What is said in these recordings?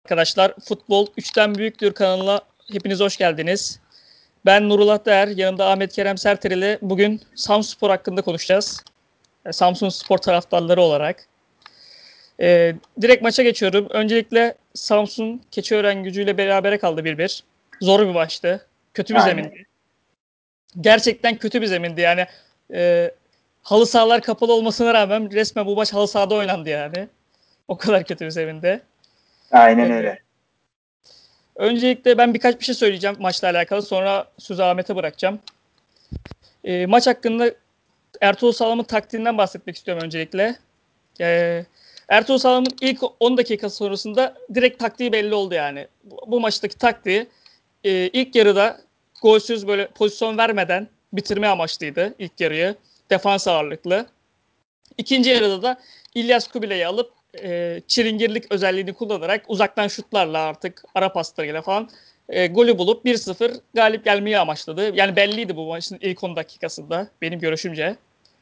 Arkadaşlar, Futbol 3'ten Büyüktür kanalına hepiniz hoş geldiniz. Ben Nurullah Değer, yanımda Ahmet Kerem Serter ile bugün Samsunspor hakkında konuşacağız. Samsun Spor taraftarları olarak. Direkt maça geçiyorum. Öncelikle Samsun Keçiören Gücü'yle berabere kaldı 1-1. Zor bir maçtı. Kötü bir zemindi. Gerçekten kötü bir zemindi. Yani halı sahalar kapalı olmasına rağmen resmen bu maç halı sahada oynandı yani. O kadar kötü bir zeminde. Aynen öyle. Öncelikle ben birkaç bir şey söyleyeceğim maçla alakalı. Sonra sözü Ahmet'e bırakacağım. Maç hakkında Ertuğrul Sağlam'ın taktiğinden bahsetmek istiyorum öncelikle. Ertuğrul Sağlam'ın ilk 10 dakika sonrasında direkt taktiği belli oldu yani. Bu maçtaki taktiği ilk yarıda golsüz böyle pozisyon vermeden bitirme amaçlıydı ilk yarıyı. Defans ağırlıklı. İkinci yarıda da İlyas Kubilay'ı alıp çilingirlik özelliğini kullanarak uzaktan şutlarla artık ara paslarıyla falan golü bulup 1-0 galip gelmeyi amaçladı. Yani belliydi bu maçın ilk 10 dakikasında benim görüşümce.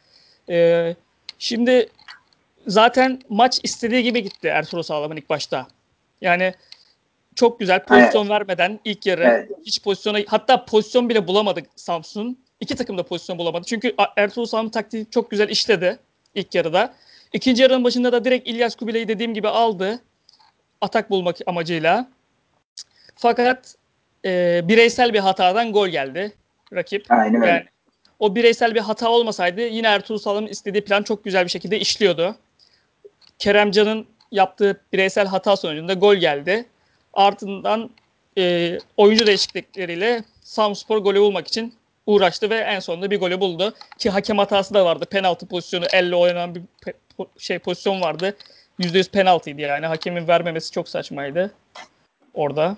Şimdi zaten maç istediği gibi gitti Ertuğrul Sağlam'ın ilk başta. Yani çok güzel pozisyon vermeden ilk yarı hiç pozisyona, hatta pozisyon bile bulamadık Samsun. İki takım da pozisyon bulamadı. Çünkü Ertuğrul Sağlam'ın taktiği çok güzel işledi ilk yarıda. İkinci yarının başında da direkt İlyas Kubilay'ı dediğim gibi aldı. Atak bulmak amacıyla. Fakat bireysel bir hatadan gol geldi rakip. Aynen öyle. Yani o bireysel bir hata olmasaydı yine Ertuğrul Sağlam'ın istediği plan çok güzel bir şekilde işliyordu. Keremcan'ın yaptığı bireysel hata sonucunda gol geldi. Ardından oyuncu değişiklikleriyle Samsunspor golü bulmak için uğraştı ve en sonunda bir golü buldu. Ki hakem hatası da vardı. Penaltı pozisyonu, elle oynanan bir pozisyon vardı. %100 penaltıydı yani. Hakemin vermemesi çok saçmaydı orada.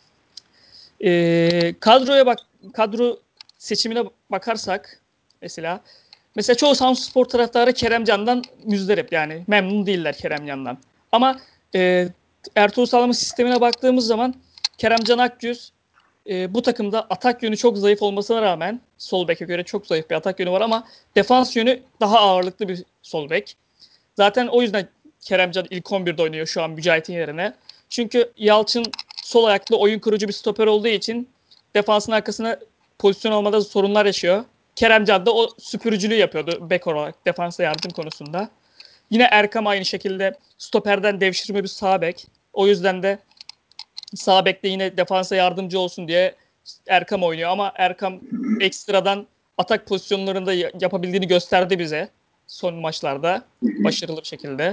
Kadro seçimine bakarsak mesela çoğu Samsunspor taraftarı Keremcan'dan müzdarip, yani memnun değiller Keremcan'dan. Ama Ertuğrul Sağlam'ın sistemine baktığımız zaman Keremcan Akgüz bu takımda atak yönü çok zayıf olmasına rağmen, sol beke göre çok zayıf bir atak yönü var ama defans yönü daha ağırlıklı bir sol bek. Zaten o yüzden Keremcan ilk 11'de oynuyor şu an Mücahit'in yerine. Çünkü Yalçın sol ayaklı oyun kurucu bir stoper olduğu için defansın arkasına pozisyon almada sorunlar yaşıyor. Keremcan da o süpürücülüğü yapıyordu bek olarak defansa yardım konusunda. Yine Erkam aynı şekilde stoperden devşirme bir sağ bek. O yüzden de sağ bekte yine defansa yardımcı olsun diye Erkam oynuyor ama Erkam ekstradan atak pozisyonlarında yapabildiğini gösterdi bize son maçlarda başarılı bir şekilde.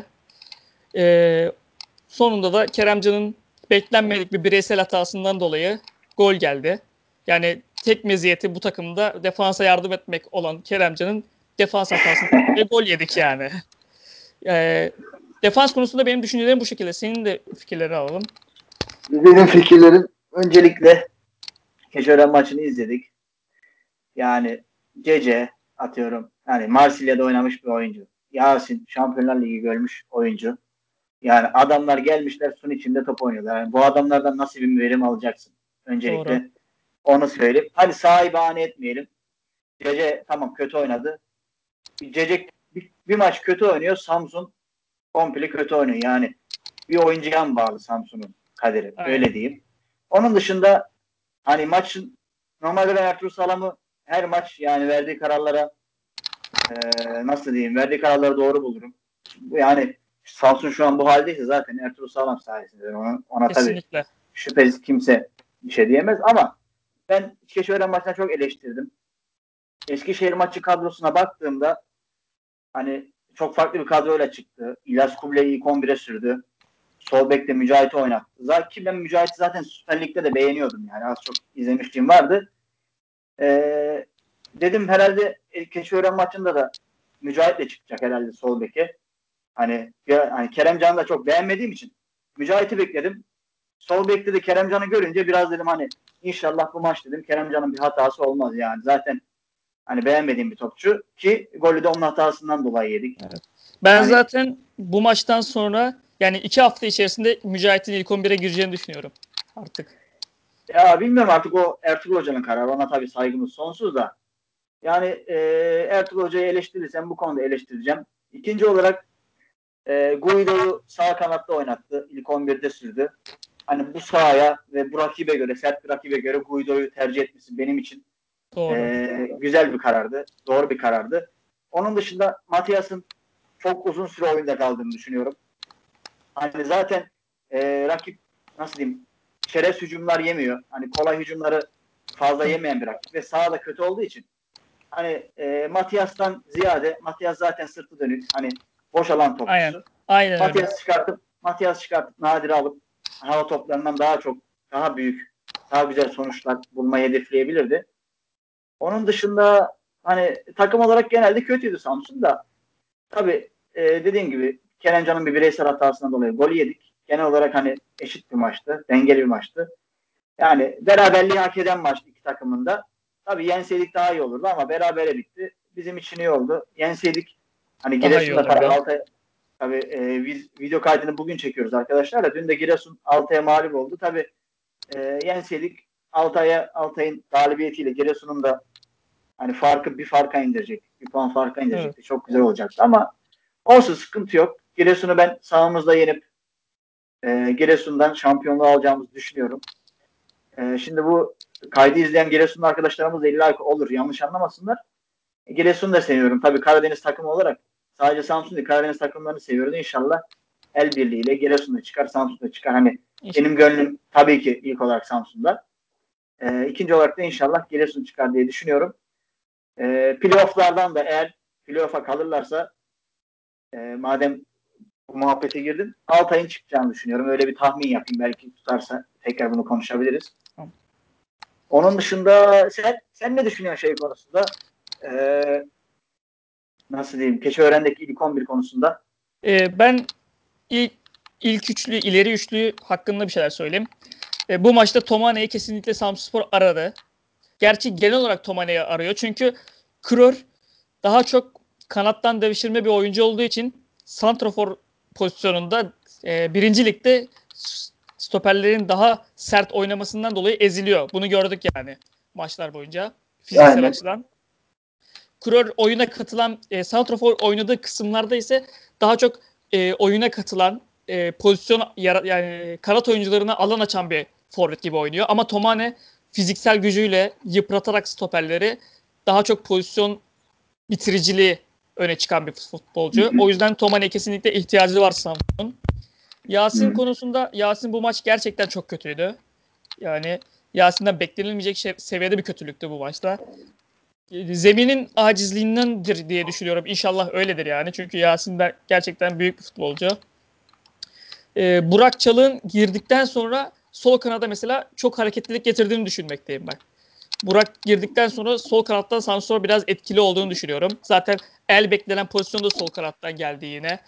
Sonunda da Keremcan'ın beklenmedik bir bireysel hatasından dolayı gol geldi. Yani tek meziyeti bu takımda defansa yardım etmek olan Keremcan'ın defans hatasından dolayı gol yedik yani. Defans konusunda benim düşüncelerim bu şekilde. Senin de fikirleri alalım. Benim fikirlerim, öncelikle Keçiören maçını izledik. Yani Cece atıyorum. Yani Marsilya'da oynamış bir oyuncu. Yasin Şampiyonlar Ligi görmüş oyuncu. Yani adamlar gelmişler suyun içinde top oynuyorlar. Yani bu adamlardan nasıl bir verim alacaksın? Öncelikle Doğru. onu söyleyeyim. Hadi sahayı bahane etmeyelim. Cece tamam kötü oynadı. Cece bir maç kötü oynuyor. Samsun komple kötü oynuyor. Yani bir oyuncuya mı bağlı Samsun'un kaderi? Aynen. Öyle diyeyim. Onun dışında hani maçın normalde ben Ertuğrul Salam'ı her maç yani verdiği kararlara nasıl diyeyim, verdiği kararları doğru bulurum. Yani Samsun şu an bu haldeyse zaten Ertuğrul Sağlam sayesinde. Ona tabii Kesinlikle. şüphesiz kimse bir şey diyemez ama ben Keçiören maçına çok eleştirdim. Eskişehir maçı kadrosuna baktığımda hani çok farklı bir kadroyla çıktı. İlyas Kubilay'ı ilk 11'e sürdü. Sol bekte Mücahit'i oynattı. Zaten ben Mücahit'i zaten Süper Lig'de de beğeniyordum yani. Az çok izlemişliğim vardı. Dedim herhalde Keçiören maçında da Mücahit'le çıkacak herhalde sol beke. Hani Keremcan'ı da çok beğenmediğim için Mücahit'i bekledim. Sol bekte de Keremcan'ı görünce biraz dedim hani inşallah bu maç dedim Keremcan'ın bir hatası olmaz yani. Zaten hani beğenmediğim bir topçu ki golü de onun hatasından dolayı yedik. Evet. Ben Hani zaten bu maçtan sonra yani 2 hafta içerisinde Mücahit'in ilk 11'e gireceğini düşünüyorum artık. ya bilmiyorum artık o Ertuğrul Hoca'nın kararı. Ona tabii saygımız sonsuz da. Yani Ertuğrul Hoca'yı eleştirirsem bu konuda eleştireceğim. İkinci olarak Guido'yu sağ kanatta oynattı. İlk 11'de sürdü. hani bu sahaya ve bu rakibe göre, sert bir rakibe göre Guido'yu tercih etmesi benim için Doğru. güzel bir karardı. Doğru bir karardı. Onun dışında Matias'ın çok uzun süre oyunda kaldığını düşünüyorum. Hani zaten rakip nasıl diyeyim çerez hücumlar yemiyor. Hani kolay hücumları fazla yemeyen bir rakip ve sahada kötü olduğu için hani Matias'tan ziyade Matias zaten sırtı dönük. Hani boş alan Aynen. topçusu. Aynen öyle. Matias çıkartıp Nadir'i alıp hava toplarından daha büyük, daha güzel sonuçlar bulmayı hedefleyebilirdi. Onun dışında hani takım olarak genelde kötüydü Samsun da. Tabii dediğim gibi Kerencan'ın bir bireysel hatasından dolayı gol yedik. Genel olarak hani eşit bir maçtı. Dengeli bir maçtı. Yani beraberliği hak eden maçtı iki takımın da. Tabii yenseydik daha iyi olurdu ama berabere bitti. Bizim için iyi oldu. Yenseydik hani Daha iyi Giresun'da olurdu. tabii biz video kaydını bugün çekiyoruz arkadaşlar da dün de Giresun Altay'a mağlup oldu. Tabii yenseydik Altay'ın galibiyetiyle Giresun'un da hani bir farka indirecek. Bir puan farka Evet. indirecekti. Çok güzel olacaktı ama olsun sıkıntı yok. Giresun'u ben sahamızda yenip Giresun'dan şampiyonluğu alacağımızı düşünüyorum. Şimdi bu kaydı izleyen Giresunlu arkadaşlarımız da illa ki olur. Yanlış anlamasınlar. Giresun'u da seviyorum. Tabii Karadeniz takımı olarak sadece Samsun değil Karadeniz takımlarını seviyoruz. İnşallah el birliğiyle Giresun'da çıkar, Samsun'da çıkar. Hani İnşallah. benim gönlüm tabii ki ilk olarak Samsun'da. İkinci olarak da inşallah Giresun çıkar diye düşünüyorum. Playoff'lardan da eğer playoff'a kalırlarsa madem bu muhabbete girdim Altay'ın çıkacağını düşünüyorum. Öyle bir tahmin yapayım. Belki tutarsa tekrar bunu konuşabiliriz. Tamam. Onun dışında sen ne düşünüyorsun şey konusunda? Nasıl diyeyim? Keçiören'deki ilk 11 konusunda. Ben ilk, ilk üçlü, ileri üçlü hakkında bir şeyler söyleyeyim. Bu maçta Tomane'yi kesinlikle Samsunspor aradı. Gerçi genel olarak Tomane'yi arıyor. Çünkü Krör daha çok kanattan devşirme bir oyuncu olduğu için santrafor pozisyonunda birinci ligde stoperlerin daha sert oynamasından dolayı eziliyor. Bunu gördük yani maçlar boyunca fiziksel Aynen. açıdan. Krör oyuna katılan santrafor oynadığı kısımlarda ise daha çok oyuna katılan pozisyon yani kanat oyuncularına alan açan bir forvet gibi oynuyor. Ama Tomane fiziksel gücüyle yıpratarak stoperleri daha çok pozisyon bitiriciliği öne çıkan bir Hı futbolcu. hı. O yüzden Tomane kesinlikle ihtiyacı var Samsun'un. Yasin Hı. konusunda Yasin bu maç gerçekten çok kötüydü. Yani Yasin'den beklenilmeyecek seviyede bir kötülüktü bu maçta. Zeminin acizliğindendir diye düşünüyorum. İnşallah öyledir yani. Çünkü Yasin de gerçekten büyük bir futbolcu. Burak Çalık'ın girdikten sonra sol kanada mesela çok hareketlilik getirdiğini düşünmekteyim ben. Burak girdikten sonra sol kanattan Samsun'a biraz etkili olduğunu düşünüyorum. Zaten el beklenen pozisyon da sol kanattan geldi yine.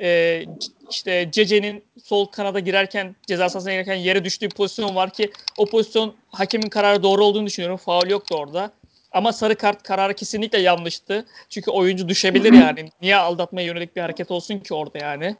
İşte Cece'nin sol kanada girerken ceza sahasına girerken yere düştüğü pozisyon var ki o pozisyon hakemin kararı doğru olduğunu düşünüyorum. Faul yoktu orada. Ama sarı kart kararı kesinlikle yanlıştı. Çünkü oyuncu Hı düşebilir hı. yani. Niye aldatmaya yönelik bir hareket olsun ki orada yani.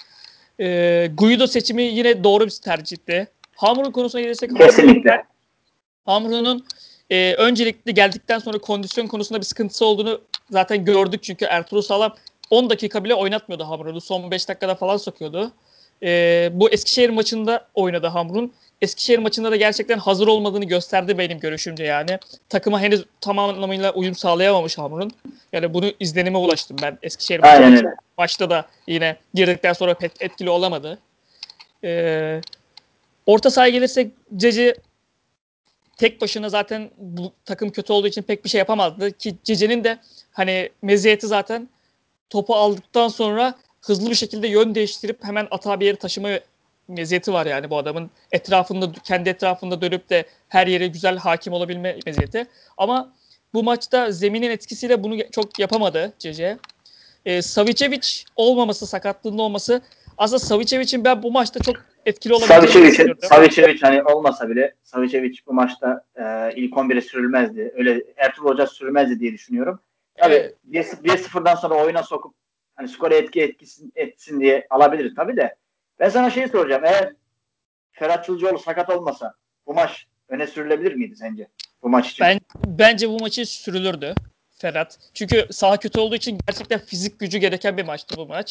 Guido seçimi yine doğru bir tercihti. Hamur'un konusuna gelirsek Kesinlikle. Hamru'nun öncelikle geldikten sonra kondisyon konusunda bir sıkıntısı olduğunu zaten gördük. Çünkü Ertuğrul Sağlam 10 dakika bile oynatmıyordu Hamru'nu. Son 5 dakikada falan sokuyordu. Bu Eskişehir maçında oynadı Hamrun. Eskişehir maçında da gerçekten hazır olmadığını gösterdi benim görüşümce yani. Takıma henüz tam anlamıyla uyum sağlayamamış Hamrun. Yani bunu izlenime ulaştım ben Eskişehir maçında Aynen ki öyle. maçta da yine girdikten sonra pek etkili olamadı. Ee, Orta sahaya gelirsek Ceci tek başına zaten bu takım kötü olduğu için pek bir şey yapamazdı. Ki Cece'nin de hani meziyeti zaten topu aldıktan sonra hızlı bir şekilde yön değiştirip hemen atağa bir yere taşıma meziyeti var yani bu adamın. Kendi etrafında dönüp de her yere güzel hakim olabilme meziyeti. Ama bu maçta zeminin etkisiyle bunu çok yapamadı Cece. Savicevic olmaması, sakatlığında olması aslında Savicevic'in ben bu maçta çok etkili olabileceğini düşünürdüm. Savicevic hani olmasa bile Savicevic bu maçta ilk 11'e sürülmezdi. Öyle Ertuğrul Hoca sürülmezdi diye düşünüyorum. Tabii Evet, 1-0'dan sonra oyuna sokup hani skora etsin diye alabiliriz tabii de. Ben sana şeyi soracağım. Eğer Ferhat Çılcıoğlu sakat olmasa bu maç öne sürülebilir miydi sence? Bu maç için. bence bu maçı sürülürdü Ferhat. Çünkü saha kötü olduğu için gerçekten fizik gücü gereken bir maçtı bu maç.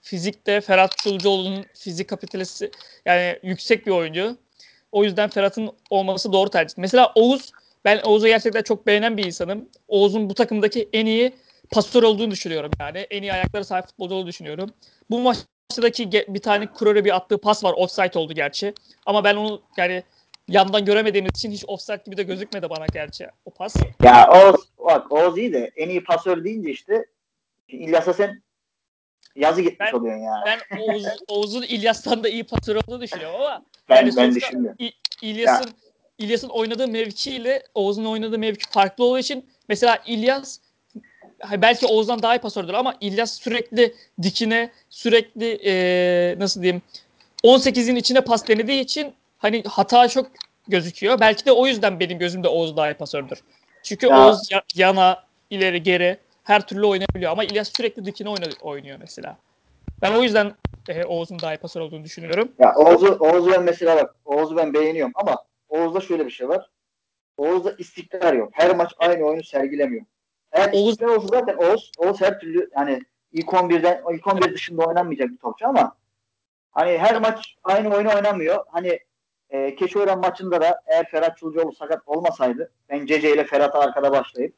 fizikte Ferhat Çulcuoğlu'nun fizik kapasitesi yani yüksek bir oyuncu. O yüzden Ferhat'ın olması doğru tercih. Mesela Oğuz, ben Oğuz'u gerçekten çok beğenen bir insanım. Oğuz'un bu takımdaki en iyi pasör olduğunu düşünüyorum yani. En iyi ayakları sahip futbolcu olduğunu düşünüyorum. Bu maçtaki bir tane Kurore bir attığı pas var. Offside oldu gerçi. Ama ben onu yani yandan göremediğimiz için hiç offside gibi de gözükmedi bana gerçi o pas. Ya Oğuz iyi de en iyi pasör deyince işte İlyas'a sen yazı gitmiş Ben oluyorsun yani. ben Oğuz'un İlyas'tan da iyi pasör olduğunu düşünüyorum ama yani Ben sonuçta düşünmüyorum. İlyas'ın Ya İlyas'ın oynadığı mevkiyle Oğuz'un oynadığı mevki farklı olduğu için mesela İlyas belki Oğuz'dan daha iyi pasördür ama İlyas sürekli dikine, sürekli nasıl diyeyim 18'in içine pas denediği için hani hata çok gözüküyor. Belki de o yüzden benim gözümde Oğuz daha iyi pasördür. Çünkü ya Oğuz yana, ileri, geri her türlü oynayabiliyor ama İlyas sürekli dikine oynuyor mesela. Ben o yüzden Oğuz'un daha iyi pasör olduğunu düşünüyorum. ya Oğuz'u ben mesela bak Oğuz'u ben beğeniyorum ama Oğuz'da şöyle bir şey var. Oğuz'da istikrar yok. Her maç aynı oyunu sergilemiyor. Eğer Oğuz istikrar olsa zaten Oğuz her türlü yani ilk 11 dışında oynamayacak bir topçu ama hani her maç aynı oyunu oynamıyor. Hani Keçiören maçında da eğer Ferhat Çulcuoğlu sakat olmasaydı ben Cece ile Ferhat'ı arkada başlayıp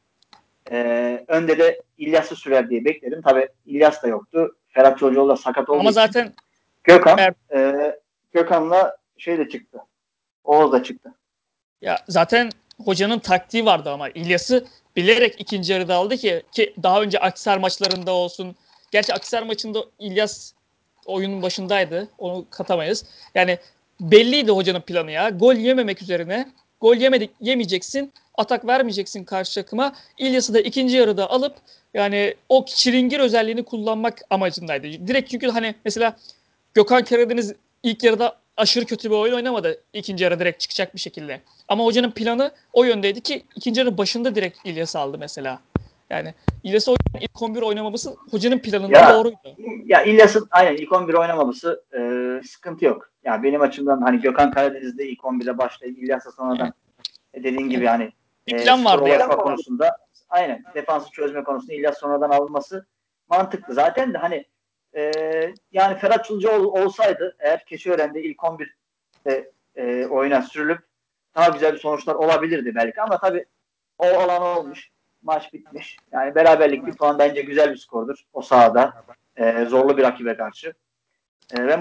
önde de İlyas'ı sürer diye bekledim. Tabii İlyas da yoktu. Ferhat Çulcuoğlu da sakat olduğu ama için zaten Gökhan er, Gökhan'la şey de çıktı. Oğuz da çıktı. ya zaten hocanın taktiği vardı ama İlyas'ı bilerek ikinci yarıda aldı ki daha önce Akhisar maçlarında olsun. Gerçi Akhisar maçında İlyas oyunun başındaydı. Onu katamayız. Yani belliydi hocanın planı ya. Gol yememek üzerine. Yemeyeceksin. Atak vermeyeceksin karşı takıma. İlyas'ı da ikinci yarıda alıp yani o çilingir özelliğini kullanmak amacındaydı. Direkt çünkü hani mesela Gökhan Karadeniz ilk yarıda aşırı kötü bir oyun oynamadı. İkinci yarı direkt çıkacak bir şekilde. Ama hocanın planı o yöndeydi ki ikinci yarı başında direkt İlyas'ı aldı mesela. Yani İlyas'ı ilk 11 oynamaması hocanın planında Ya doğruydu. ya İlyas'ın aynen ilk 11 oynamaması sıkıntı yok. Ya benim açımdan hani Gökhan Karadeniz'de ilk 11'e başlayıp İlyas'a sonradan dediğin gibi hani Bir plan skora vardı yani. ulaşma konusunda aynen defansı çözme konusunda İlyas sonradan alınması mantıklı. Zaten de hani e, yani Ferhat Çulcuoğlu olsaydı eğer Keçiören'de ilk 11'de oyuna sürülüp daha güzel bir sonuçlar olabilirdi belki ama tabii o olan olmuş. Maç bitmiş. Yani beraberlik bir puan bence güzel bir skordur o sahada. Zorlu bir rakibe karşı. Ve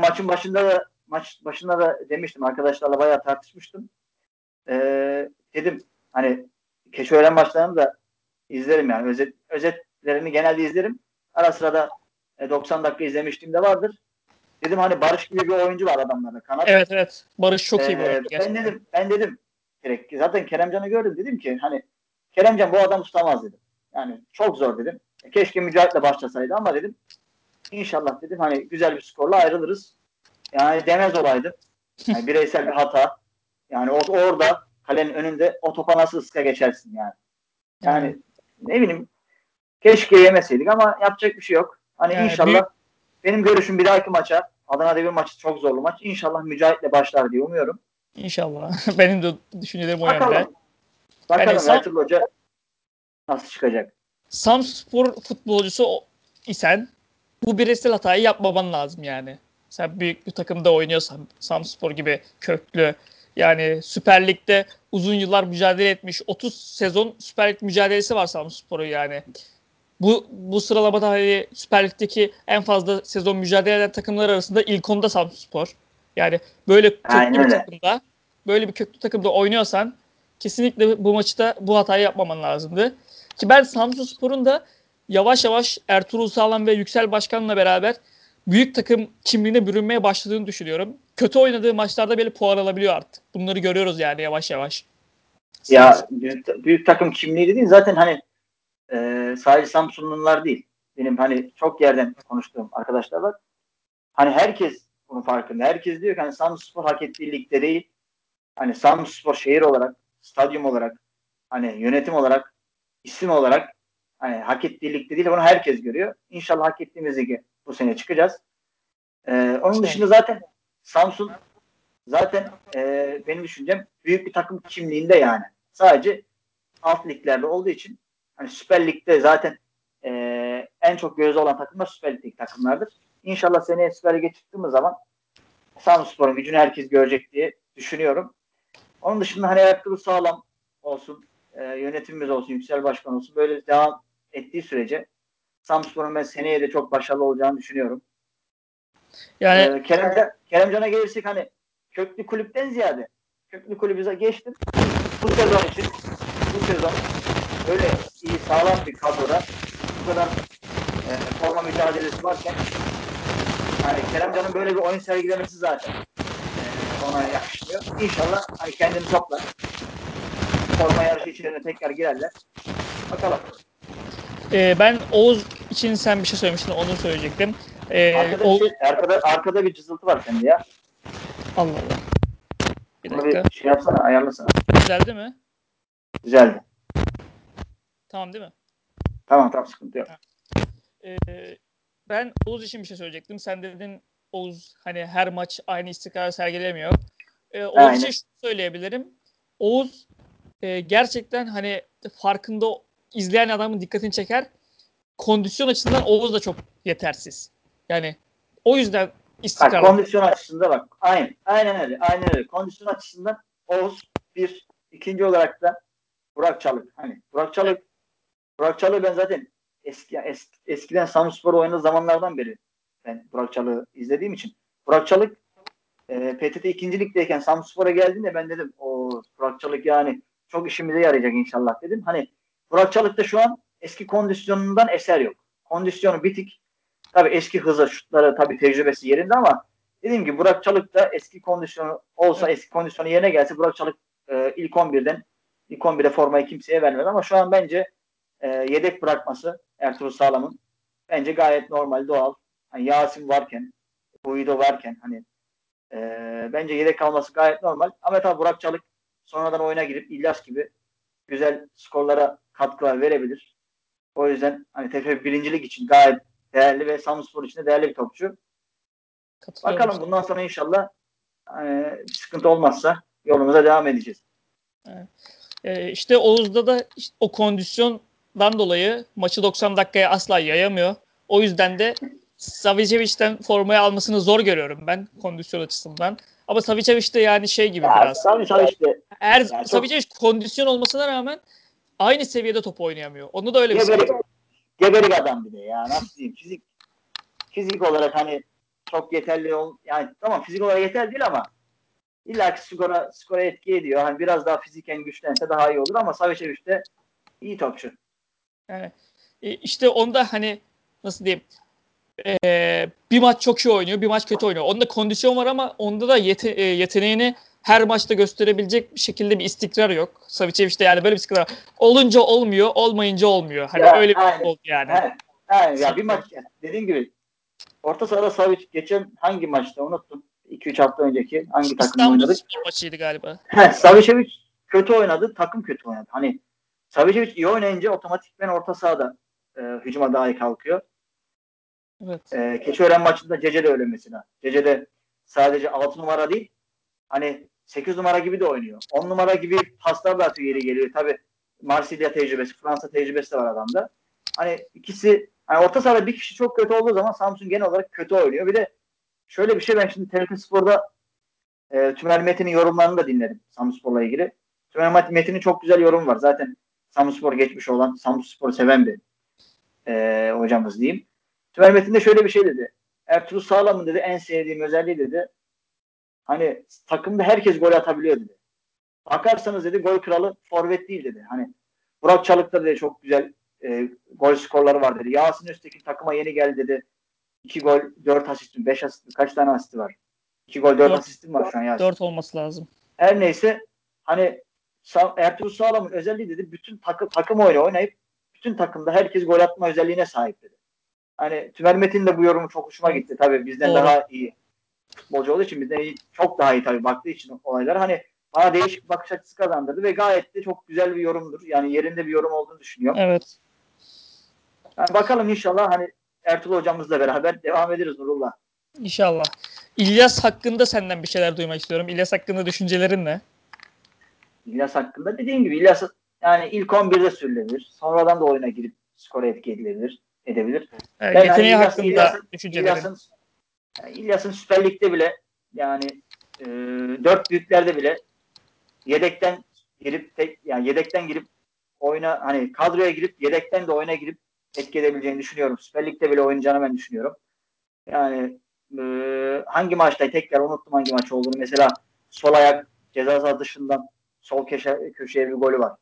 maç başında da demiştim arkadaşlarla bayağı tartışmıştım. Dedim hani Keçiören maçlarını da izlerim yani. Özetlerini genelde izlerim. Ara sıra da 90 dakika izlemişliğim de vardır. Dedim hani Barış gibi bir oyuncu var adamlarda kanat. Evet evet. Barış çok iyi bir oyuncu gerçekten. Ben dedim direkt zaten Keremcan'ı gördüm dedim ki hani Keremcan bu adam tutamaz dedim. Yani çok zor dedim. Keşke Mücahit'le başlasaydı ama dedim İnşallah dedim hani güzel bir skorla ayrılırız. Yani demez olaydı. Yani bireysel bir hata. Yani orada kalenin önünde o topa nasıl ıska geçersin yani. Yani, Yani ne bileyim keşke yemeseydik ama yapacak bir şey yok. Hani yani büyük inşallah benim görüşüm bir dahaki maça Adana Demir maçı çok zorlu maç. İnşallah Mücahit'le başlar diye umuyorum. inşallah. Benim de düşüncelerim o yönde. Bakalım. Yani Bakalım Ertuğrul Hoca nasıl çıkacak. Samspor futbolcusu isen bu bireysel hatayı yapmaman lazım yani. Sen büyük bir takımda oynuyorsan Samspor gibi köklü yani Süper Lig'de uzun yıllar mücadele etmiş 30 sezon Süper Lig mücadelesi var Samspor'un yani. Bu sıralamada hani Süper Lig'deki en fazla sezon mücadele eden takımlar arasında ilk onda Samspor. Yani böyle Aynen köklü bir öyle. takımda oynuyorsan kesinlikle bu maçta bu hatayı yapmaman lazımdı. Ki ben Samsunspor'un da yavaş yavaş Ertuğrul Sağlam ve Yüksel Başkan'la beraber büyük takım kimliğine bürünmeye başladığını düşünüyorum. Kötü oynadığı maçlarda böyle puan alabiliyor artık. Bunları görüyoruz yani yavaş yavaş. Ya Samsun. büyük takım kimliği dediğin zaten hani sadece Samsunlular değil. Benim hani çok yerden konuştuğum arkadaşlar var. Hani herkes bunun farkında. Herkes diyor ki hani Samsunspor hak ettiği ligde değil. Hani Samsunspor şehir olarak, stadyum olarak, hani yönetim olarak, isim olarak hani hak ettiği ligde değil. Bunu herkes görüyor. İnşallah hak ettiğimiz ligi bu sene çıkacağız. Onun dışında zaten Samsun zaten benim düşüncem büyük bir takım kimliğinde yani. Sadece alt liglerde olduğu için hani Süper Lig'de zaten en çok gözü olan takımlar Süper Lig'deki takımlardır. İnşallah seneye Süper Lig'e çıktığımız zaman Samsunspor'un gücünü herkes görecek diye düşünüyorum. Onun dışında hani ayakları sağlam olsun, yönetimimiz olsun, Yüksel Başkan olsun. Böyle devam ettiği sürece Samsunspor'un ben seneye de çok başarılı olacağını düşünüyorum. Yani Keremcan'a gelirsek hani köklü kulüpten ziyade köklü kulübüze geçtim. Bu sezon için bu sezon öyle iyi sağlam bir kadroda bu kadar forma mücadelesi varken hani Keremcan'ın böyle bir oyun sergilemesi zaten ona yakışmıyor. İnşallah hani kendini toplar. Forma yarışı içerisine tekrar girerler. Bakalım. ben Oğuz için sen bir şey söylemiştin, onu söyleyecektim. Arkada bir cızıltı var sende ya. Allah Allah. Bir Bunu dakika. bir şey yapsana, ayarlasana. Güzeldi mi? Güzeldi. Tamam değil mi? Tamam sıkıntı yok. Ben Oğuz için bir şey söyleyecektim. Sen dedin Oğuz hani her maç aynı istikrar sergilemiyor. Oğuz için Aynen. şunu söyleyebilirim. Oğuz gerçekten hani farkında izleyen adamın dikkatini çeker. Kondisyon açısından Oğuz da çok yetersiz. Yani o yüzden Bak istikrarlı. kondisyon açısından bak. Aynen öyle. Kondisyon açısından Oğuz bir. İkinci olarak da Burak Çalık. Hani Burak Çalık ben zaten eskiden Samsunspor oynadığı zamanlardan beri ben Burak Çalık'ı izlediğim için. Burak Çalık PTT 2. Lig'deyken Samsunspor'a geldiğinde ben dedim o Burak Çalık yani çok işimize yarayacak inşallah dedim. Hani Burak Çalık'ta şu an eski kondisyonundan eser yok. Kondisyonu bitik. Tabii eski hızı, şutları, tabii tecrübesi yerinde ama dediğim gibi Burak Çalık da eski kondisyonu olsa, Evet. eski kondisyonu yerine gelse Burak Çalık ilk 11'de formayı kimseye vermez ama şu an bence yedek bırakması Ertuğrul Sağlam'ın bence gayet normal, doğal. Hani Yasin varken, Guido varken hani bence yedek kalması gayet normal. Ama tabii Burak Çalık sonradan oyuna girip İlyas gibi güzel skorlara katkılar verebilir. O yüzden hani TFF birincilik için gayet değerli ve Samsunspor için de değerli bir topçu. Katılıyorum Bakalım sana. bundan sonra inşallah bir sıkıntı olmazsa yolumuza devam edeceğiz. Evet. İşte Oğuz'da da işte o kondisyondan dolayı maçı 90 dakikaya asla yayamıyor. O yüzden de Savicevic'ten formayı almasını zor görüyorum ben kondisyon açısından. Ama Savicevic de yani şey gibi Ya biraz. Savic işte Eğer ya çok Savicevic kondisyon olmasına rağmen aynı seviyede top oynayamıyor. Onda da öyle bir geberik, sıkıntı var. geberik adam bir de ya nasıl diyeyim fizik olarak hani çok yeterli yani tamam fizik olarak yeterli değil ama illa ki skora etki ediyor. Hani biraz daha fiziken güçlense daha iyi olur ama Savicevic de iyi topçu. Yani, işte onda hani nasıl diyeyim, bir maç çok iyi oynuyor, bir maç kötü oynuyor. Onda kondisyon var ama onda da yeteneğini her maçta gösterebilecek şekilde bir istikrar yok. Savicevic'de yani böyle bir istikrar var. Olunca olmuyor, olmayınca olmuyor. Hani Ya öyle bir aynen. oldu yani. He, ya bir Sanırım. maç dediğim gibi orta sahada Savic geçen hangi maçta unuttum. 2-3 hafta önceki hangi takımla oynadık? İstanbulspor maçıydı galiba. Savicevic kötü oynadı, takım kötü oynadı. Hani Savicevic iyi oynayınca otomatikman orta sahada hücuma daha iyi kalkıyor. Evet. Keçiören maçında Cece de öyle mesela. Cece de sadece 6 numara değil, hani 8 numara gibi de oynuyor. 10 numara gibi paslar da atıyor, yeri geliyor. Tabii Marsilya tecrübesi, Fransa tecrübesi de var adamda. Hani ikisi hani orta sahada bir kişi çok kötü olduğu zaman Samsun genel olarak kötü oynuyor. Bir de şöyle bir şey, ben şimdi TRT Spor'da Tümer Metin'in yorumlarını da dinledim Samsunspor'la ilgili. Tümer Metin'in çok güzel yorum var. Zaten Samsunspor geçmiş olan, Samsunspor'u seven bir hocamız diyeyim. Tümer Metin de şöyle bir şey dedi. Ertuğrul Sağlam'ın dedi en sevdiğim özelliği dedi. Hani takımda herkes gol atabiliyor dedi. Bakarsanız dedi gol kralı forvet değil dedi. Hani Burak Çalık'ta dedi çok güzel gol skorları var dedi. Yasin Öztekin takıma yeni geldi dedi. 2 gol, 4 asist mi, 5 asist mi, kaç tane asisti var? 2 gol, 4 Dört, asistim var şu an Yasin. dört olması lazım. Her neyse hani Ertuğrul Sağlam'ın özelliği dedi bütün takım oyunu oynayıp bütün takımda herkes gol atma özelliğine sahip dedi. Hani Tümer Metin de bu yorumu çok hoşuma Evet. gitti. Tabii bizden Doğru. daha iyi futbolcu olduğu için bizden iyi, çok daha iyi tabii baktığı için olaylar. Hani bana değişik bir bakış açısı kazandırdı ve gayet de çok güzel bir yorumdur. Yani yerinde bir yorum olduğunu düşünüyorum. Evet. Yani bakalım inşallah hani Ertuğrul hocamızla beraber devam ederiz Nurullah. İnşallah. İlyas hakkında senden bir şeyler duymak istiyorum. İlyas hakkında düşüncelerin ne? İlyas hakkında dediğim gibi İlyas yani ilk 11'de sürülebilir. Sonradan da oyuna girip skora etki edilebilir. edebilir. Yeteneği hakkında düşüncelerin. İlyas'ın Süper Lig'de bile yani 4 büyüklerde bile yedekten girip oyuna hani kadroya girip yedekten de oyuna girip etki edebileceğini düşünüyorum. Süper Lig'de bile oynayacağını ben düşünüyorum. Yani hangi maçta tekrar unuttum hangi maç olduğunu. Mesela sol ayak ceza sahası dışından sol köşeye bir golü var.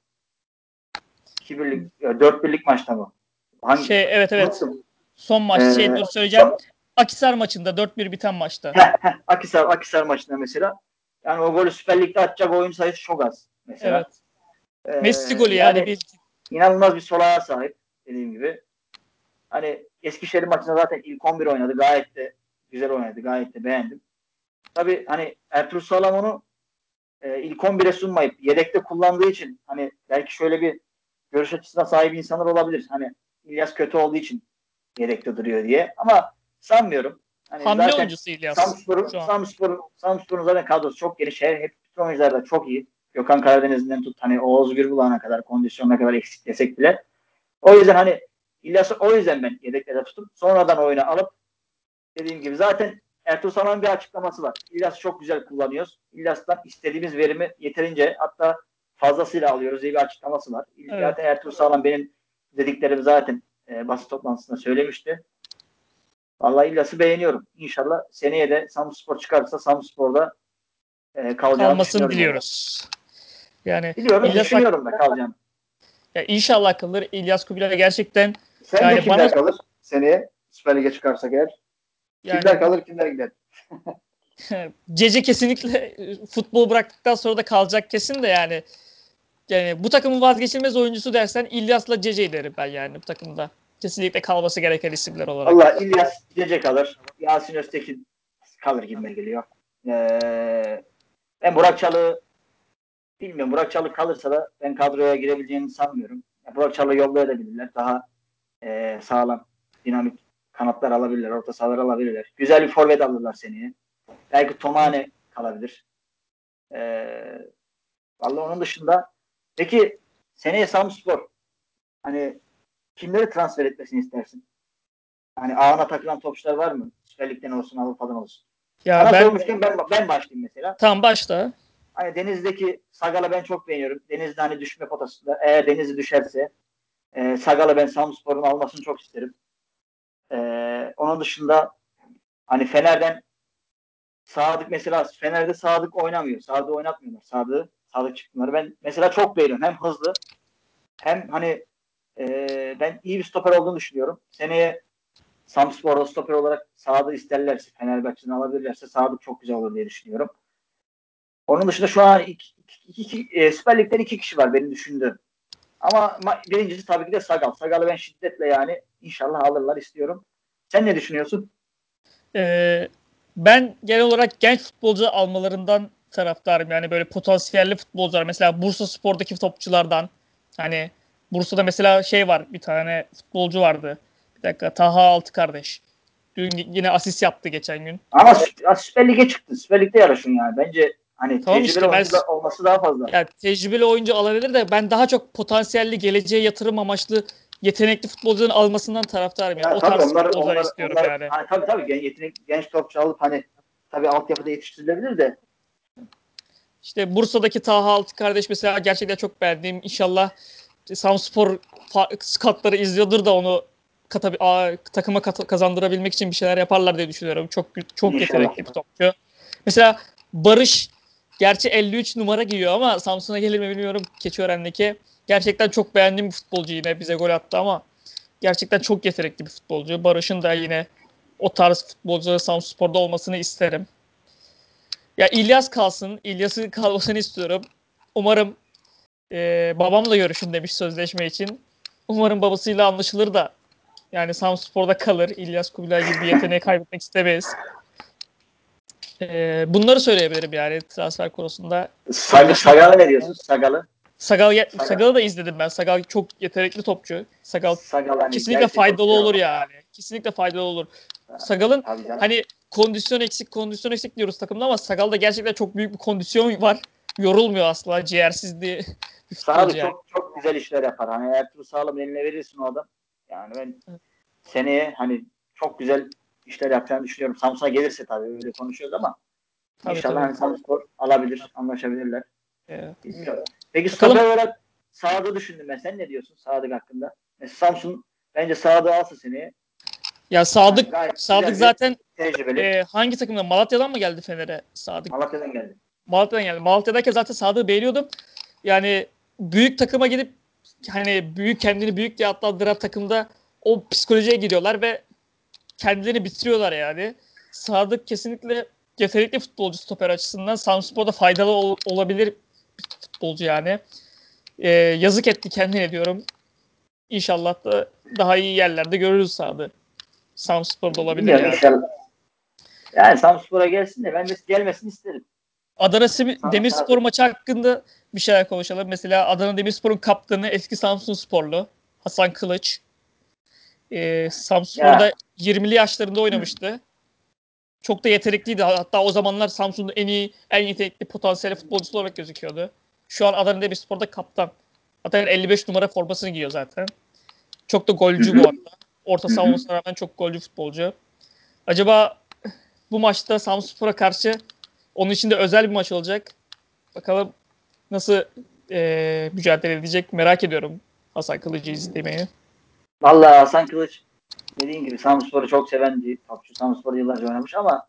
4-1'lik maçta mı? Evet. Unuttum. Son maç dur söyleyeceğim. Akhisar maçında 4-1 biten maçta. Akhisar maçında mesela. Yani o golü Süper Lig'de atacak oyun sayısı çok az mesela. Evet. Messi golü yani inanılmaz bir sol ayağa sahip dediğim gibi. Hani Eskişehir maçında zaten ilk 11 oynadı. Gayet de güzel oynadı. Gayet de beğendim. Tabii hani Ertuğrul Sağlam onu ilk 11'e sunmayıp yedekte kullandığı için hani belki şöyle bir görüş açısına sahip insanlar olabilir. Hani İlyas kötü olduğu için yedekte duruyor diye. Ama sanmıyorum. Hani Hamle zaten oyuncusu İlyas şu an. Samspor'un zaten kadrosu çok geniş. Hep bütün oyuncular da çok iyi. Gökhan Karadeniz'den tut hani Oğuz Gürbulağ'a kadar kondisyonuna kadar eksik desek bile. O yüzden hani İlyas'ı o yüzden ben yedeklere tutup sonradan oyuna alıp dediğim gibi zaten Ertuğrul Sağlam'ın bir açıklaması var. İlyas'ı çok güzel kullanıyoruz. İlyas'tan istediğimiz verimi yeterince hatta fazlasıyla alıyoruz diye bir açıklaması var. Evet. Zaten Ertuğrul Sağlam benim dediklerimi zaten basın toplantısında söylemişti. Vallahi İlyas'ı beğeniyorum. İnşallah seneye de Samsunspor çıkarsa Samsunspor'da kalmasını diliyoruz. Yani düşünüyorum da kalacağını. Ya inşallah kalır. İlyas Kubilay gerçekten Sen de kimler kalır seneye Süper Lig'e çıkarsak eğer? Kimler kalır kimler gider? Cece kesinlikle futbol bıraktıktan sonra da kalacak kesin de yani. Yani bu takımın vazgeçilmez oyuncusu dersen İlyas'la Cece'yi derim ben yani bu takımda. Kesinlikle kalması gereken isimler olarak. Allah İlyas Cece kalır. Yasin Öztekin kalır gibime geliyor. Ben Burak Çalık'ı bilmiyorum. Burak Çalık kalırsa da ben kadroya girebileceğini sanmıyorum. Burak Çalık'ı yollayabilirler. Daha sağlam, dinamik kanatlar alabilirler. Orta sahalar alabilirler. Güzel bir forvet alırlar seneye. Belki Tomane kalabilir. Vallahi onun dışında peki seneye Samspor hani kimleri transfer etmesini istersin? Hani ağına takılan topçular var mı? Süper Lig'den olsun, Avrupa'dan olsun. Ya Sana sormuşken ben başlayayım mesela. Tamam başla. Hani Denizli'deki Sagal'ı ben çok beğeniyorum. Denizli hani düşme potasında. Eğer Denizli düşerse Sagal'ı ben Samspor'un almasını çok isterim. Onun dışında hani Fener'den Sadık mesela Fener'de Sadık oynamıyor. Sadık oynatmıyorlar. Sadık çıktılar. Ben mesela çok beğeniyorum. Hem hızlı hem hani ben iyi bir stoper olduğunu düşünüyorum. Seneye Samspor'da stoper olarak Sadık'ı isterlerse Fenerbahçe'den alabilirlerse Sadık çok güzel olur diye düşünüyorum. Onun dışında şu an Süper Lig'den 2 kişi var benim düşündüğüm. Ama birincisi tabii ki de Sagal. Sagal'ı ben şiddetle yani inşallah alırlar istiyorum. Sen ne düşünüyorsun? Ben genel olarak genç futbolcu almalarından taraftarım. Yani böyle potansiyelli futbolcular. Mesela Bursaspor'daki topçulardan. Hani Bursa'da mesela var. Bir tane futbolcu vardı. Bir dakika. Taha Altıkardeş. Dün yine asist yaptı geçen gün. Ama Süper Lig'e çıktı. Süper Lig'de yarışın yani. Bence hani Tamam tecrübeli işte oyuncu olması daha fazla. yani tecrübeli oyuncu alabilir de ben daha çok potansiyelli, geleceğe yatırım amaçlı yetenekli futbolcuların almasından taraftarım. Yani Ya o tabii tarz futbolcular istiyorum yani. hani, tabii genç topçu alıp hani tabii altyapıda yetiştirilebilir de. İşte Bursa'daki Taha Altıkardeş mesela gerçekten çok beğendiğim. İnşallah Samspor scoutları izliyordur da onu takıma kazandırabilmek için bir şeyler yaparlar diye düşünüyorum. Çok İnşallah. yetenekli bir topçu. Mesela Barış gerçi 53 numara giyiyor ama Samsun'a gelir mi bilmiyorum Keçiören'deki. Gerçekten çok beğendiğim bir futbolcu yine bize gol attı ama gerçekten çok yetenekli bir futbolcu. Barış'ın da yine o tarz futbolcuların Samsunspor'da olmasını isterim. Ya İlyas kalsın. İlyas'ın kalmasını istiyorum. Umarım babamla görüşün demiş sözleşme için. Umarım babasıyla anlaşılır da yani Samsunspor'da kalır. İlyas Kubilay gibi bir yeteneği kaybetmek istemeyiz. Bunları söyleyebilirim yani transfer konusunda. Sagal'ı ne diyorsun? Sagal'ı da izledim ben. Sagal çok yetenekli topçu. Sagal Sagal hani kesinlikle gerçek çok faydalı güzel olur olur. yani. Kesinlikle faydalı olur. Sagal'ın Tabii canım. hani kondisyon eksik diyoruz takımda ama Sagal'da gerçekten çok büyük bir kondisyon var. Yorulmuyor asla. Ciğersizliği bir futbolcu Sadık yani. çok çok güzel işler yapar. Hani Ertuğrul Sağlam'ın eline verirsin o adam. Yani ben seneye hani çok güzel işler yapacağını düşünüyorum. Samsun'a gelirse tabii öyle konuşuyoruz ama Tabii inşallah tabii. hani Samsunspor alabilir, anlaşabilirler. Ee, Bilmiyorum. Peki stoper bakalım. olarak Sadık'ı düşündüm ben. Sen ne diyorsun Sadık hakkında? Samsun bence Sadık'ı alsın seneye. Ya Yani Sadık gayet Sadık güzel bir zaten tecrübeli. hangi takımda? Malatya'dan mı geldi Fener'e Sadık? Malatya'dan geldi. Malatya'dan geldi. Malatya'dayken zaten Sadık'ı beğeniyordum. Yani büyük takıma gidip hani büyük kendini büyük diye adlandıran takımda o psikolojiye giriyorlar ve kendilerini bitiriyorlar yani. Sadık kesinlikle yetenekli futbolcu stoper açısından. Samsunspor'da faydalı olabilir bir futbolcu yani. Yazık etti kendine diyorum. İnşallah da daha iyi yerlerde görürüz Sadık'ı. Samsunspor'da olabilir Bilmiyorum yani. inşallah. Yani Samsunspor'a gelsin de ben de gelmesini isterim. Adana Demirspor Sadık. maçı hakkında bir şeyler konuşalım. Mesela Adana Demirspor'un kaptanı eski Samsunsporlu Hasan Kılıç. Samsunspor'da Ya 20'li yaşlarında hı, oynamıştı. Çok da yetenekliydi. Hatta o zamanlar Samsun'un en iyi, en yetenekli potansiyel futbolcusu olarak gözüküyordu. Şu an Adana Demirspor'da kaptan. Zaten 55 numara formasını giyiyor zaten. Çok da hı, golcü bu hı, arada. Orta hı, saha hı. olmasına rağmen çok golcü futbolcu. Acaba bu maçta Samsunspor'a karşı onun için de özel bir maç olacak. Bakalım nasıl mücadele edecek merak ediyorum Hasan Kılıcı izlemeyi. Vallahi Hasan Kılıç dediğin gibi Samsunspor'u çok seven bir topçu. Samsunspor'da yıllarca oynamış ama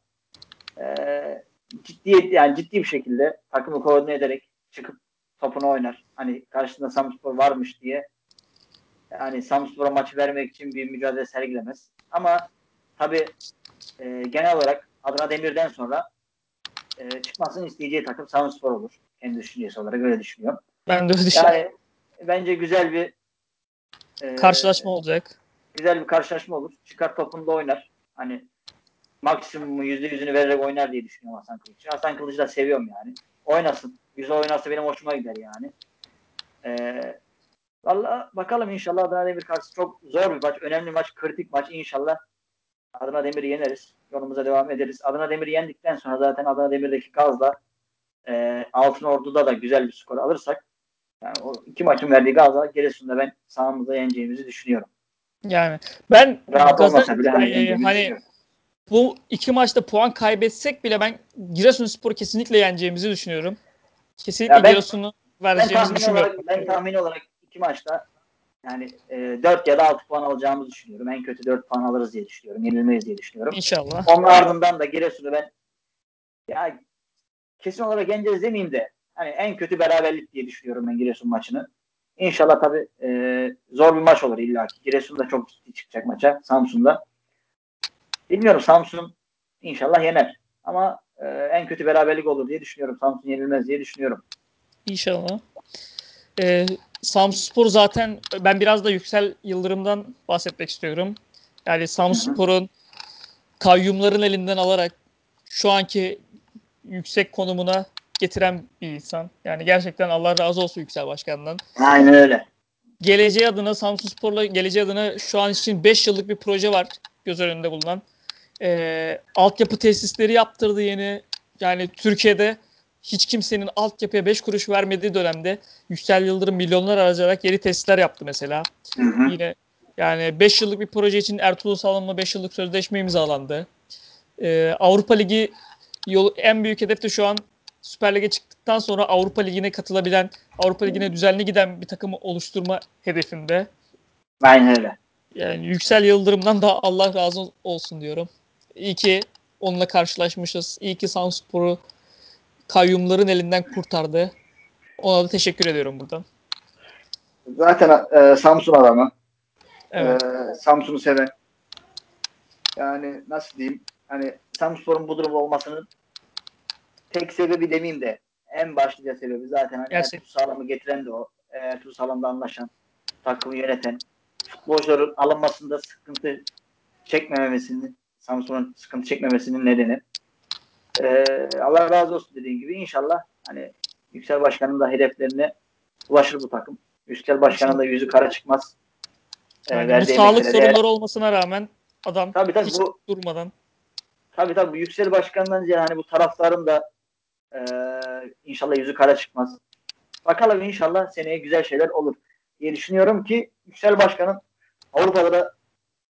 ciddi bir şekilde takımı koordine ederek çıkıp topunu oynar. Hani karşısında Samsunspor varmış diye yani Samsunspor'a maçı vermek için bir mücadele sergilemez. Ama tabii genel olarak Adana Demir'den sonra çıkmasını isteyeceği takım Samsunspor olur. Kendi düşüncesi olarak öyle düşünüyorum. Ben de öyle düşünüyorum. Yani bence Karşılaşma e, olacak. güzel bir karşılaşma olur. Çıkar topunu da oynar. Hani maksimum %100'ünü vererek oynar diye düşünüyorum Hasan Kılıç'ı. Hasan Kılıç'ı da seviyorum yani. Oynasın. Güzel oynarsa benim hoşuma gider yani. Ee, Valla bakalım inşallah Adana Demir karşısı çok zor bir maç. Önemli maç. Kritik maç. İnşallah Adana Demir'i yeneriz. Yolumuza devam ederiz. Adana Demir'i yendikten sonra zaten Adana Demir'deki gazla Altın Ordu'da da güzel bir skor alırsak yani o iki maçın verdiği gazla Giresun'da ben sahamızda yeneceğimizi düşünüyorum. Yani ben Rahat gaza olmasa bile hani yeneceğimizi hani düşünüyorum. bu iki maçta puan kaybetsek bile ben Giresunspor'u kesinlikle yeneceğimizi düşünüyorum. Kesinlikle Ya Giresun'u vereceğimizi düşünmüyorum. ben tahmini olarak iki maçta yani 4 ya da 6 puan alacağımızı düşünüyorum. En kötü 4 puan alırız diye düşünüyorum. Yenilmeyiz diye düşünüyorum. İnşallah. Onun ardından da Giresun'u ben ya kesin olarak yeneceğiz demeyeyim de hani en kötü beraberlik diye düşünüyorum ben Giresun maçını. İnşallah tabii zor bir maç olur illa ki. Giresun da çok ciddi çıkacak maça. Samsun'da. Bilmiyorum Samsun inşallah yener. Ama en kötü beraberlik olur diye düşünüyorum. Samsun yenilmez diye düşünüyorum. İnşallah. Samsunspor zaten ben biraz da Yüksel Yıldırım'dan bahsetmek istiyorum. Yani Hı hı. Samsunspor'un kayyumların elinden alarak şu anki yüksek konumuna getiren bir insan. Yani gerçekten Allah razı olsun Yüksel Başkan'dan. Aynen öyle. Geleceği adına Samsunspor'la geleceği adına şu an için 5 yıllık bir proje var göz önünde bulunan. Altyapı tesisleri yaptırdı yeni. Yani Türkiye'de hiç kimsenin altyapıya 5 kuruş vermediği dönemde Yüksel Yıldırım milyonlar harcayarak yeni tesisler yaptı mesela. Hı hı. Yine yani 5 yıllık bir proje için Ertuğrul Sağlam'la 5 yıllık sözleşme imzalandı. Avrupa Ligi en büyük hedef de şu an Süper Lig'e çıktıktan sonra Avrupa Ligi'ne katılabilen, Avrupa Ligi'ne düzenli giden bir takımı oluşturma hedefinde. Aynen öyle. Yani Yüksel Yıldırım'dan da Allah razı olsun diyorum. İyi ki onunla karşılaşmışız. İyi ki Samspor'u kayyumların elinden kurtardı. Ona da teşekkür ediyorum buradan. Zaten Samsun adamı. Evet. Samsun'u seven. Yani nasıl diyeyim? Hani Samsunspor'un bu durumda olmasının tek sebebi demeyeyim de en başlıca sebebi zaten hani Gerçek. Ertuğrul Sağlam'ı getiren de o. Ertuğrul Sağlam'da anlaşan, takımı yöneten, futbolcuların alınmasında sıkıntı çekmemesinin, Samsun'un sıkıntı çekmemesinin nedeni. Allah razı olsun dediğim gibi inşallah hani Yüksel Başkan'ın da hedeflerine ulaşır bu takım. Yüksel Başkan'ın İnşallah. da yüzü kara çıkmaz. Yani bu Verdiği sağlık emeklere değer. sorunları olmasına rağmen adam Tabii hiç bu durmadan tabii bu Yüksel Başkan'dan ziyade hani bu taraftarın da inşallah yüzü kara çıkmaz. Bakalım inşallah seneye güzel şeyler olur diye düşünüyorum ki Yüksel Başkan'ın Avrupa'da da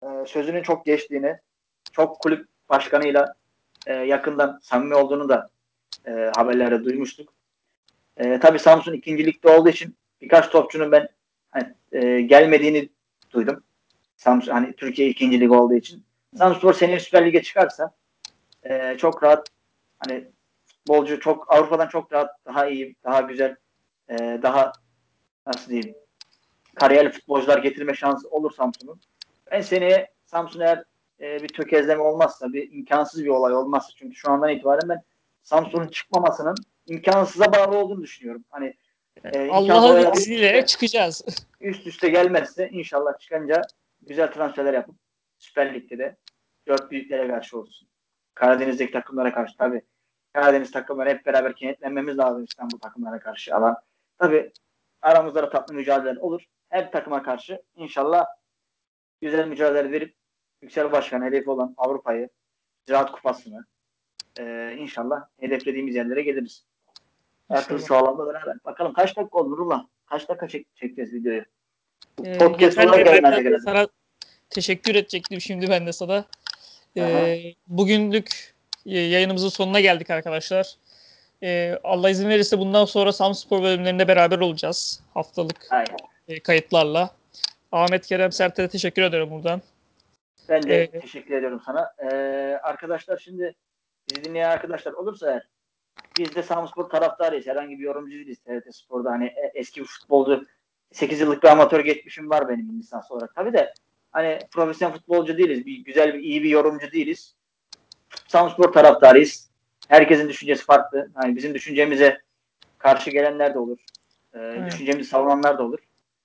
sözünün çok geçtiğini, çok kulüp başkanıyla yakından samimi olduğunu da haberlerde duymuştuk. Tabii Samsun 2. Lig'de olduğu için birkaç topçunun ben hani, gelmediğini duydum. Samsun hani Türkiye 2. Lig olduğu için. Samsunspor seneye Süper Lig'e çıkarsa çok rahat hani futbolcu çok Avrupa'dan çok rahat daha iyi, daha güzel, daha nasıl diyeyim kariyerli futbolcular getirme şansı olur Samsun'un. Ben seneye Samsun eğer bir tökezleme olmazsa, bir imkansız bir olay olmazsa çünkü şu andan itibaren ben Samsun'un çıkmamasının imkansıza bağlı olduğunu düşünüyorum. Hani imkansız Allah'ın olaylar izniyle çıkacağız. üst üste gelmezse inşallah çıkınca güzel transferler yapıp Süper Lig'de de dört büyüklere karşı olsun. Karadeniz'deki takımlara karşı tabii. Karadeniz takımları hep beraber kenetlenmemiz lazım İstanbul takımlara karşı. Ama tabii aramızda da tatlı mücadeleler olur. Her takıma karşı inşallah güzel mücadele verip Yüksel Başkan hedefi olan Avrupa'yı, Ziraat Kupası'nı inşallah hedeflediğimiz yerlere geliriz. Her türlü İnşallah. şu alanda beraber. Bakalım kaç dakika oldu Nurullah? Kaç dakika çekeceğiz videoyu? Podcast olarak Yeterli. Ben yayınlanacak de herhalde. sana teşekkür edecektim şimdi ben de sana. Aha. Bugünlük yayınımızın sonuna geldik arkadaşlar. Allah izin verirse bundan sonra Samspor bölümlerinde beraber olacağız. Haftalık Aynen. kayıtlarla. Ahmet Kerem Sert'e teşekkür ederim buradan. Ben Ee, de teşekkür ediyorum sana. Arkadaşlar şimdi bizi dinleyen arkadaşlar olursa eğer biz de Samspor taraftarıyız. Herhangi bir yorumcu değiliz TRT Spor'da. Hani eski bir futbolcu 8 yıllık bir amatör geçmişim var benim lisans olarak. Tabii de hani profesyonel futbolcu değiliz. İyi bir yorumcu değiliz. Samspor taraftarıyız. Herkesin düşüncesi farklı. Hani bizim düşüncemize karşı gelenler de olur. evet. Düşüncemizi savunanlar da olur.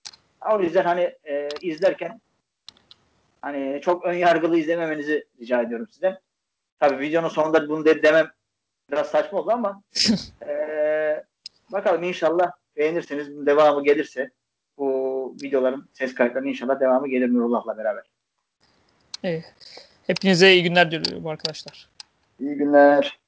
O yüzden hani izlerken hani çok ön yargılı izlememenizi rica ediyorum sizden. Tabii videonun sonunda bunu demem biraz saçma oldu ama bakalım inşallah beğenirseniz bunun devamı gelirse bu videoların ses kayıtlarının inşallah devamı gelir Nurullah'la beraber. Hepinize iyi günler diliyorum arkadaşlar. İyi günler.